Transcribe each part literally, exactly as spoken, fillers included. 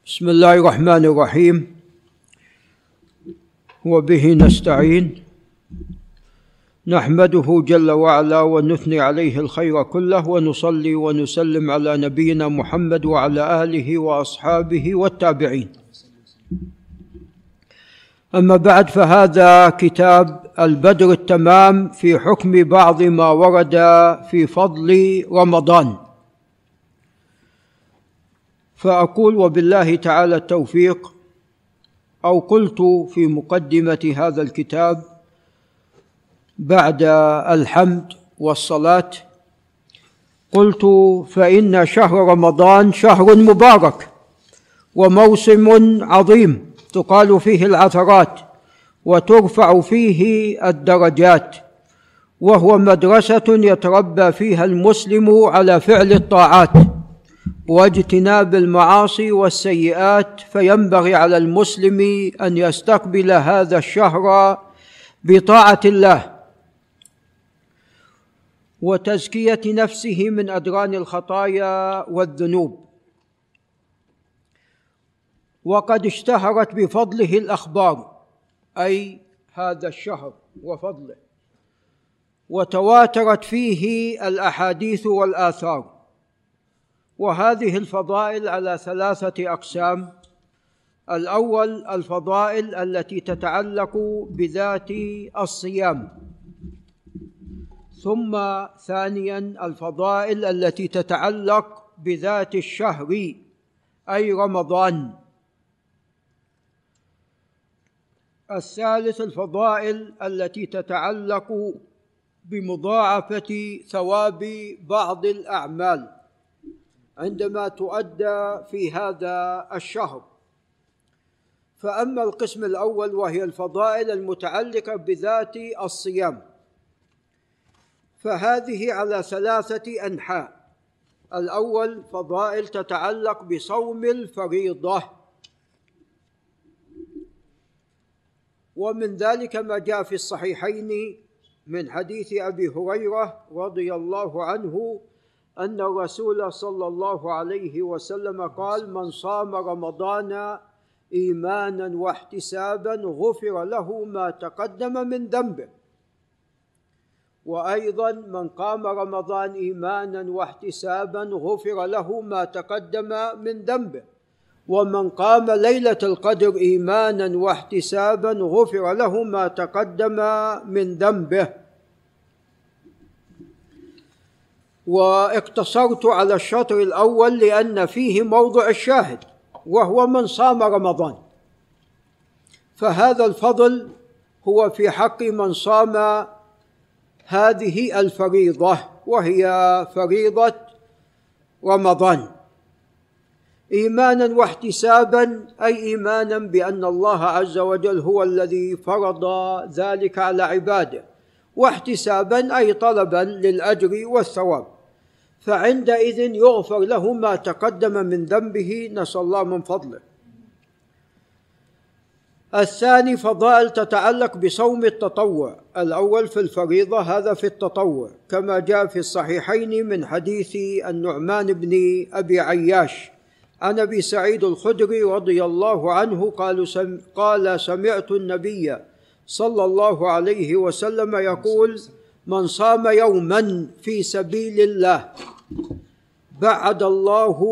بسم الله الرحمن الرحيم، وبه نستعين. نحمده جل وعلا ونثني عليه الخير كله، ونصلي ونسلم على نبينا محمد وعلى آله وأصحابه والتابعين. أما بعد، فهذا كتاب البدر التمام في حكم بعض ما ورد في فضل رمضان. فأقول وبالله تعالى التوفيق، أو قلت في مقدمة هذا الكتاب بعد الحمد والصلاة، قلت فإن شهر رمضان شهر مبارك وموسم عظيم تقال فيه العثرات وترفع فيه الدرجات، وهو مدرسة يتربى فيها المسلم على فعل الطاعات واجتناب المعاصي والسيئات. فينبغي على المسلم أن يستقبل هذا الشهر بطاعة الله وتزكية نفسه من أدران الخطايا والذنوب. وقد اشتهرت بفضله الأخبار، أي هذا الشهر وفضله، وتواترت فيه الأحاديث والآثار. وهذه الفضائل على ثلاثة أقسام: الأول الفضائل التي تتعلق بذات الصيام، ثم ثانيا الفضائل التي تتعلق بذات الشهر أي رمضان، الثالث الفضائل التي تتعلق بمضاعفة ثواب بعض الأعمال عندما تؤدى في هذا الشهر. فأما القسم الأول وهي الفضائل المتعلقة بذات الصيام، فهذه على ثلاثة أنحاء. الأول فضائل تتعلق بصوم الفريضة، ومن ذلك ما جاء في الصحيحين من حديث أبي هريرة رضي الله عنه أن الرسول صلى الله عليه وسلم قال: من صام رمضان إيمانا واحتسابا غفر له ما تقدم من ذنبه. وأيضا من قام رمضان إيمانا واحتسابا غفر له ما تقدم من ذنبه. ومن قام ليلة القدر إيمانا واحتسابا غفر له ما تقدم من ذنبه. واقتصرت على الشطر الأول لأن فيه موضع الشاهد، وهو من صام رمضان. فهذا الفضل هو في حق من صام هذه الفريضة، وهي فريضة رمضان، إيمانا واحتسابا، أي إيمانا بأن الله عز وجل هو الذي فرض ذلك على عباده، واحتسابا أي طلبا للأجر والثواب. فعندئذ يغفر له ما تقدم من ذنبه، نسأل الله من فضله. الثاني فضائل تتعلق بصوم التطوع. الأول في الفريضة، هذا في التطوع، كما جاء في الصحيحين من حديث النعمان بن أبي عياش عن أبي سعيد الخدري رضي الله عنه قال: سمعت النبي صلى الله عليه وسلم يقول: من صام يوما في سبيل الله بعد الله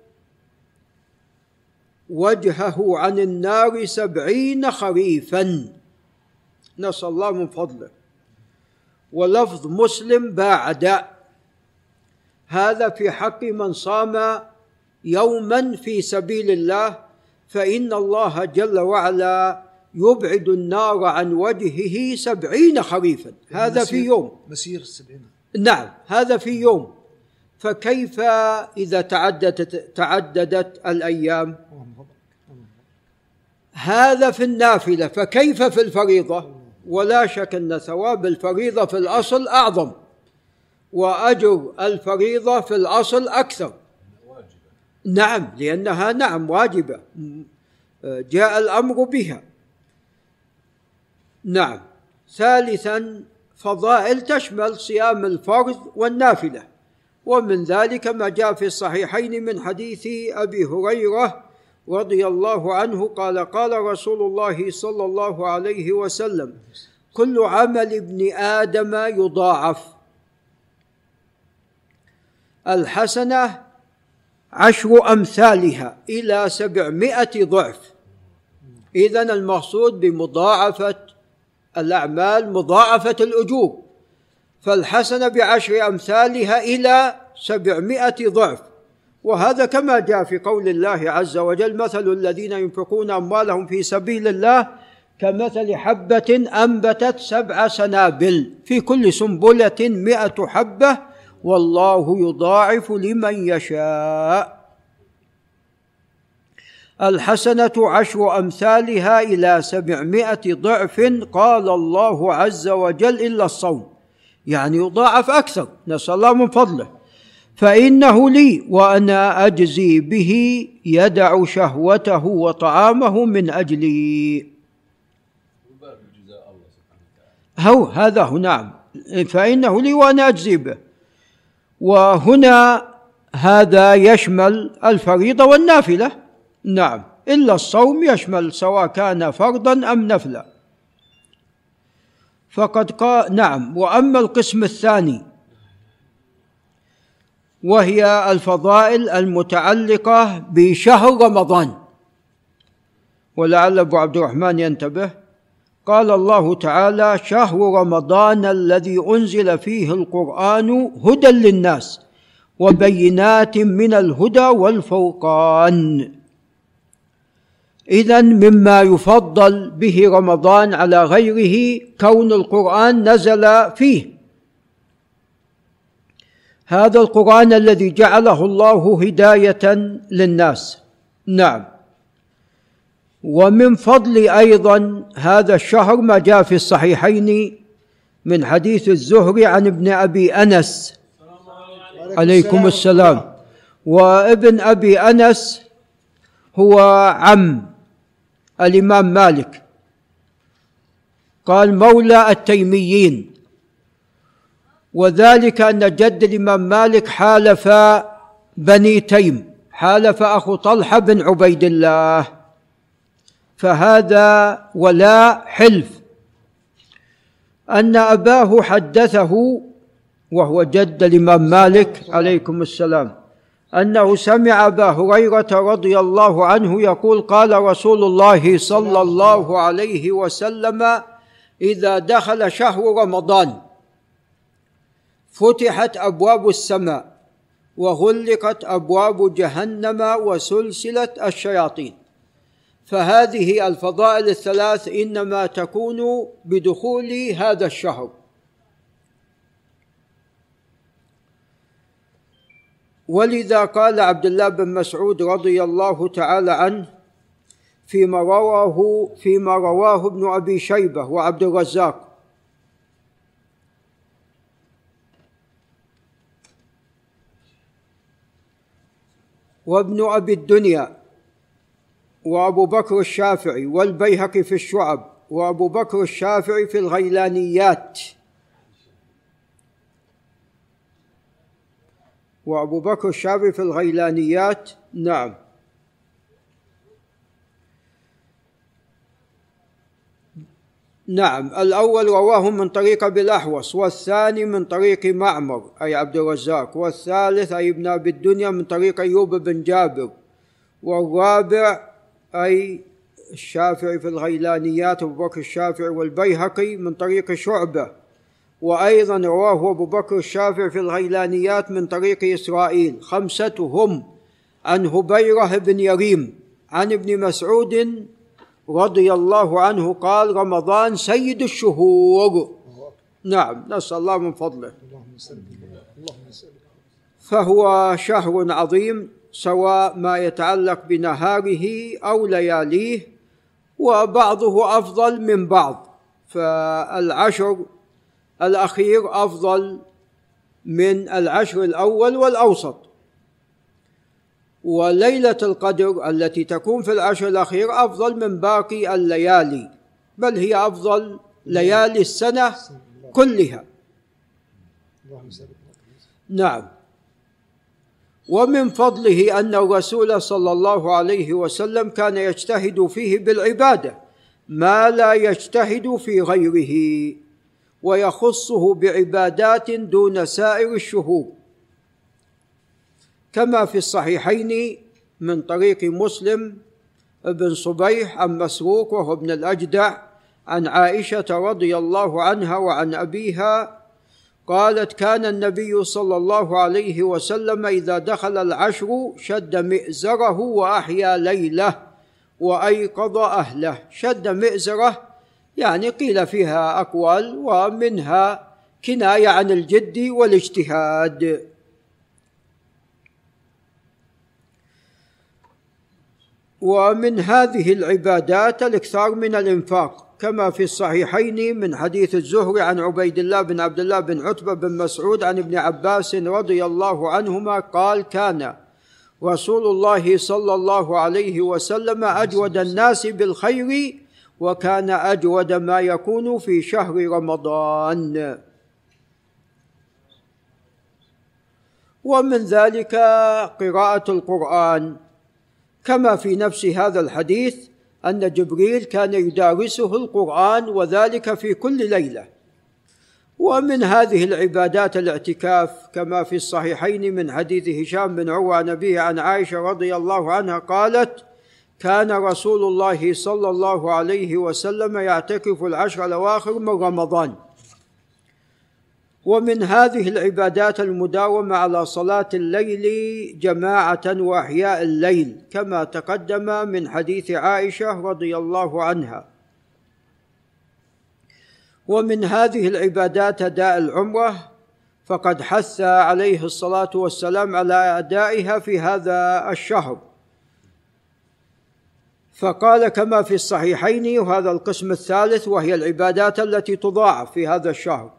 وجهه عن النار سبعين خريفا، نسأل الله من فضله. ولفظ مسلم بعد، هذا في حق من صام يوما في سبيل الله، فإن الله جل وعلا يبعد النار عن وجهه سبعين خريفا. هذا في يوم مسير السبعين، نعم، هذا في يوم. فكيف إذا تعددت تعددت الأيام؟ هذا في النافلة، فكيف في الفريضة؟ ولا شك أن ثواب الفريضة في الأصل أعظم، وأجر الفريضة في الأصل أكثر. نعم، لأنها نعم واجبة، جاء الأمر بها. نعم. ثالثا فضائل تشمل صيام الفرض والنافلة، ومن ذلك ما جاء في الصحيحين من حديث أبي هريرة رضي الله عنه قال قال رسول الله صلى الله عليه وسلم: كل عمل ابن آدم يضاعف، الحسنة عشر أمثالها إلى سبعمائة ضعف. إذن المقصود بمضاعفة الأعمال مضاعفة الأجور، فالحسنة بعشر أمثالها إلى سبعمائة ضعف. وهذا كما جاء في قول الله عز وجل: مثل الذين ينفقون أموالهم في سبيل الله كمثل حبة أنبتت سبع سنابل في كل سنبلة مئة حبة والله يضاعف لمن يشاء. الحسنة عشر أمثالها إلى سبعمائة ضعف. قال الله عز وجل: إلا الصوم، يعني يضاعف أكثر، نسأل الله من فضله. فإنه لي وأنا أجزي به، يدع شهوته وطعامه من أجلي. هو هذا هو، نعم، فإنه لي وأنا أجزي به. وهنا هذا يشمل الفريضة والنافلة، نعم، إلا الصوم يشمل سواء كان فرضا أم نفلا. فقد قال نعم. وأما القسم الثاني وهي الفضائل المتعلقة بشهر رمضان، ولعل أبو عبد الرحمن ينتبه. قال الله تعالى: شهر رمضان الذي أنزل فيه القرآن هدى للناس وبينات من الهدى والفرقان. إذن مما يفضل به رمضان على غيره كون القرآن نزل فيه، هذا القرآن الذي جعله الله هداية للناس، نعم. ومن فضل أيضا هذا الشهر ما جاء في الصحيحين من حديث الزهري عن ابن أبي أنس عليكم السلام. وابن أبي أنس هو عم الإمام مالك، قال مولى التيميين، وذلك أن جد الإمام مالك حالف بني تيم، حالف أخو طلحة بن عبيد الله، فهذا ولا حلف. أن أباه حدثه وهو جد الإمام مالك عليكم السلام أنه سمع أبا هريرة رضي الله عنه يقول: قال رسول الله صلى الله عليه وسلم: إذا دخل شهر رمضان فتحت أبواب السماء وغلقت أبواب جهنم وسلسلة الشياطين. فهذه الفضائل الثلاث إنما تكون بدخول هذا الشهر. ولذا قال عبد الله بن مسعود رضي الله تعالى عنه فيما رواه فيما رواه ابن أبي شيبة وعبد الرزاق: وابن أبي الدنيا وأبو بكر الشافعي والبيهقي في الشعب وأبو بكر الشافعي في الغيلانيات وأبو بكر الشافعي في الغيلانيات نعم. نعم، الأول رواه من طريق أبي الأحوص، والثاني من طريق معمر أي عبد الرزاق، والثالث أي ابن أبي الدنيا من طريق أيوب بن جابر، والرابع أي الشافعي في الغيلانيات أبو بكر الشافعي والبيهقي من طريق شعبة، وأيضا رواه أبو بكر الشافعي في الغيلانيات من طريق إسرائيل. خمستهم عن هبيرة بن يريم عن ابن مسعود رضي الله عنه قال: رمضان سيد الشهور. نعم، نسأل الله من فضله. فهو شهر عظيم سواء ما يتعلق بنهاره أو لياليه، وبعضه أفضل من بعض، فالعشر الأخير أفضل من العشر الأول والأوسط، وليلة القدر التي تكون في العشر الأخير أفضل من باقي الليالي، بل هي أفضل ليالي السنة كلها. نعم. ومن فضله أن الرسول صلى الله عليه وسلم كان يجتهد فيه بالعبادة ما لا يجتهد في غيره، ويخصه بعبادات دون سائر الشهور، كما في الصحيحين من طريق مسلم بن صبيح عن مسروق وهو ابن الأجدع عن عائشة رضي الله عنها وعن أبيها قالت: كان النبي صلى الله عليه وسلم إذا دخل العشر شد مئزره وأحيا ليله وأيقظ أهله. شد مئزره يعني قيل فيها أقوال، ومنها كناية عن الجد والاجتهاد. ومن هذه العبادات الإكثار من الإنفاق، كما في الصحيحين من حديث الزهري عن عبيد الله بن عبد الله بن عتبة بن مسعود عن ابن عباس رضي الله عنهما قال: كان رسول الله صلى الله عليه وسلم أجود الناس بالخير، وكان أجود ما يكون في شهر رمضان. ومن ذلك قراءة القرآن، كما في نفس هذا الحديث أن جبريل كان يدارسه القرآن وذلك في كل ليلة. ومن هذه العبادات الاعتكاف، كما في الصحيحين من حديث هشام بن عروة عن أبيه عن عائشة رضي الله عنها قالت: كان رسول الله صلى الله عليه وسلم يعتكف العشر الأواخر من رمضان. ومن هذه العبادات المداومة على صلاة الليل جماعة وإحياء الليل، كما تقدم من حديث عائشة رضي الله عنها. ومن هذه العبادات أداء العمرة، فقد حث عليه الصلاة والسلام على أدائها في هذا الشهر، فقال كما في الصحيحين، وهذا القسم الثالث وهي العبادات التي تضاعف في هذا الشهر،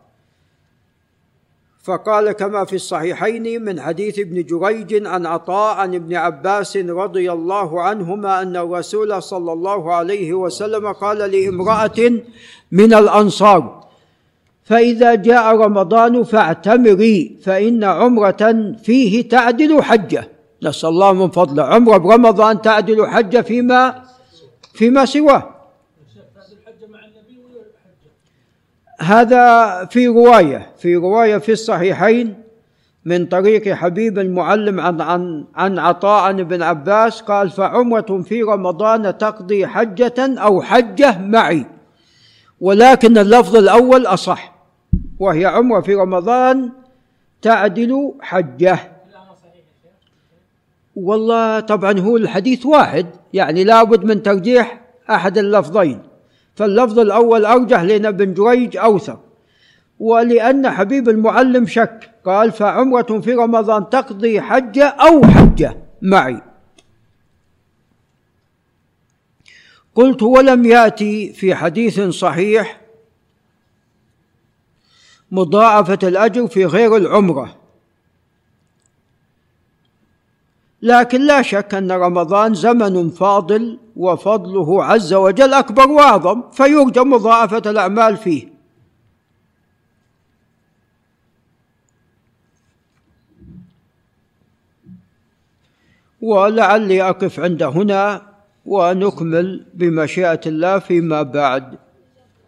فقال كما في الصحيحين من حديث ابن جريج عن عطاء عن ابن عباس رضي الله عنهما أن الرسول صلى الله عليه وسلم قال لامرأة من الأنصار: فإذا جاء رمضان فاعتمري فإن عمرة فيه تعدل حجة. نسأل الله من فضله، عمرة برمضان تعدل حجة فيما فيما سواه. هذا في رواية في رواية في الصحيحين من طريق حبيب المعلم عن عن عن عطاء عن ابن عباس قال: فعمرة في رمضان تقضي حجة أو حجة معي، ولكن اللفظ الأول أصح، وهي عمرة في رمضان تعدل حجة. والله طبعا هو الحديث واحد، يعني لابد من ترجيح أحد اللفظين، فاللفظ الأول أرجح لأن ابن جريج أوثق، ولأن حبيب المعلم شك قال: فعمرة في رمضان تقضي حجة أو حجة معي. قلت: ولم يأتي في حديث صحيح مضاعفة الأجر في غير العمرة، لكن لا شك أن رمضان زمن فاضل وفضله عز وجل أكبر وأعظم، فيرجى مضاعفة الأعمال فيه. ولعلي أقف عند هنا ونكمل بمشيئة الله فيما بعد.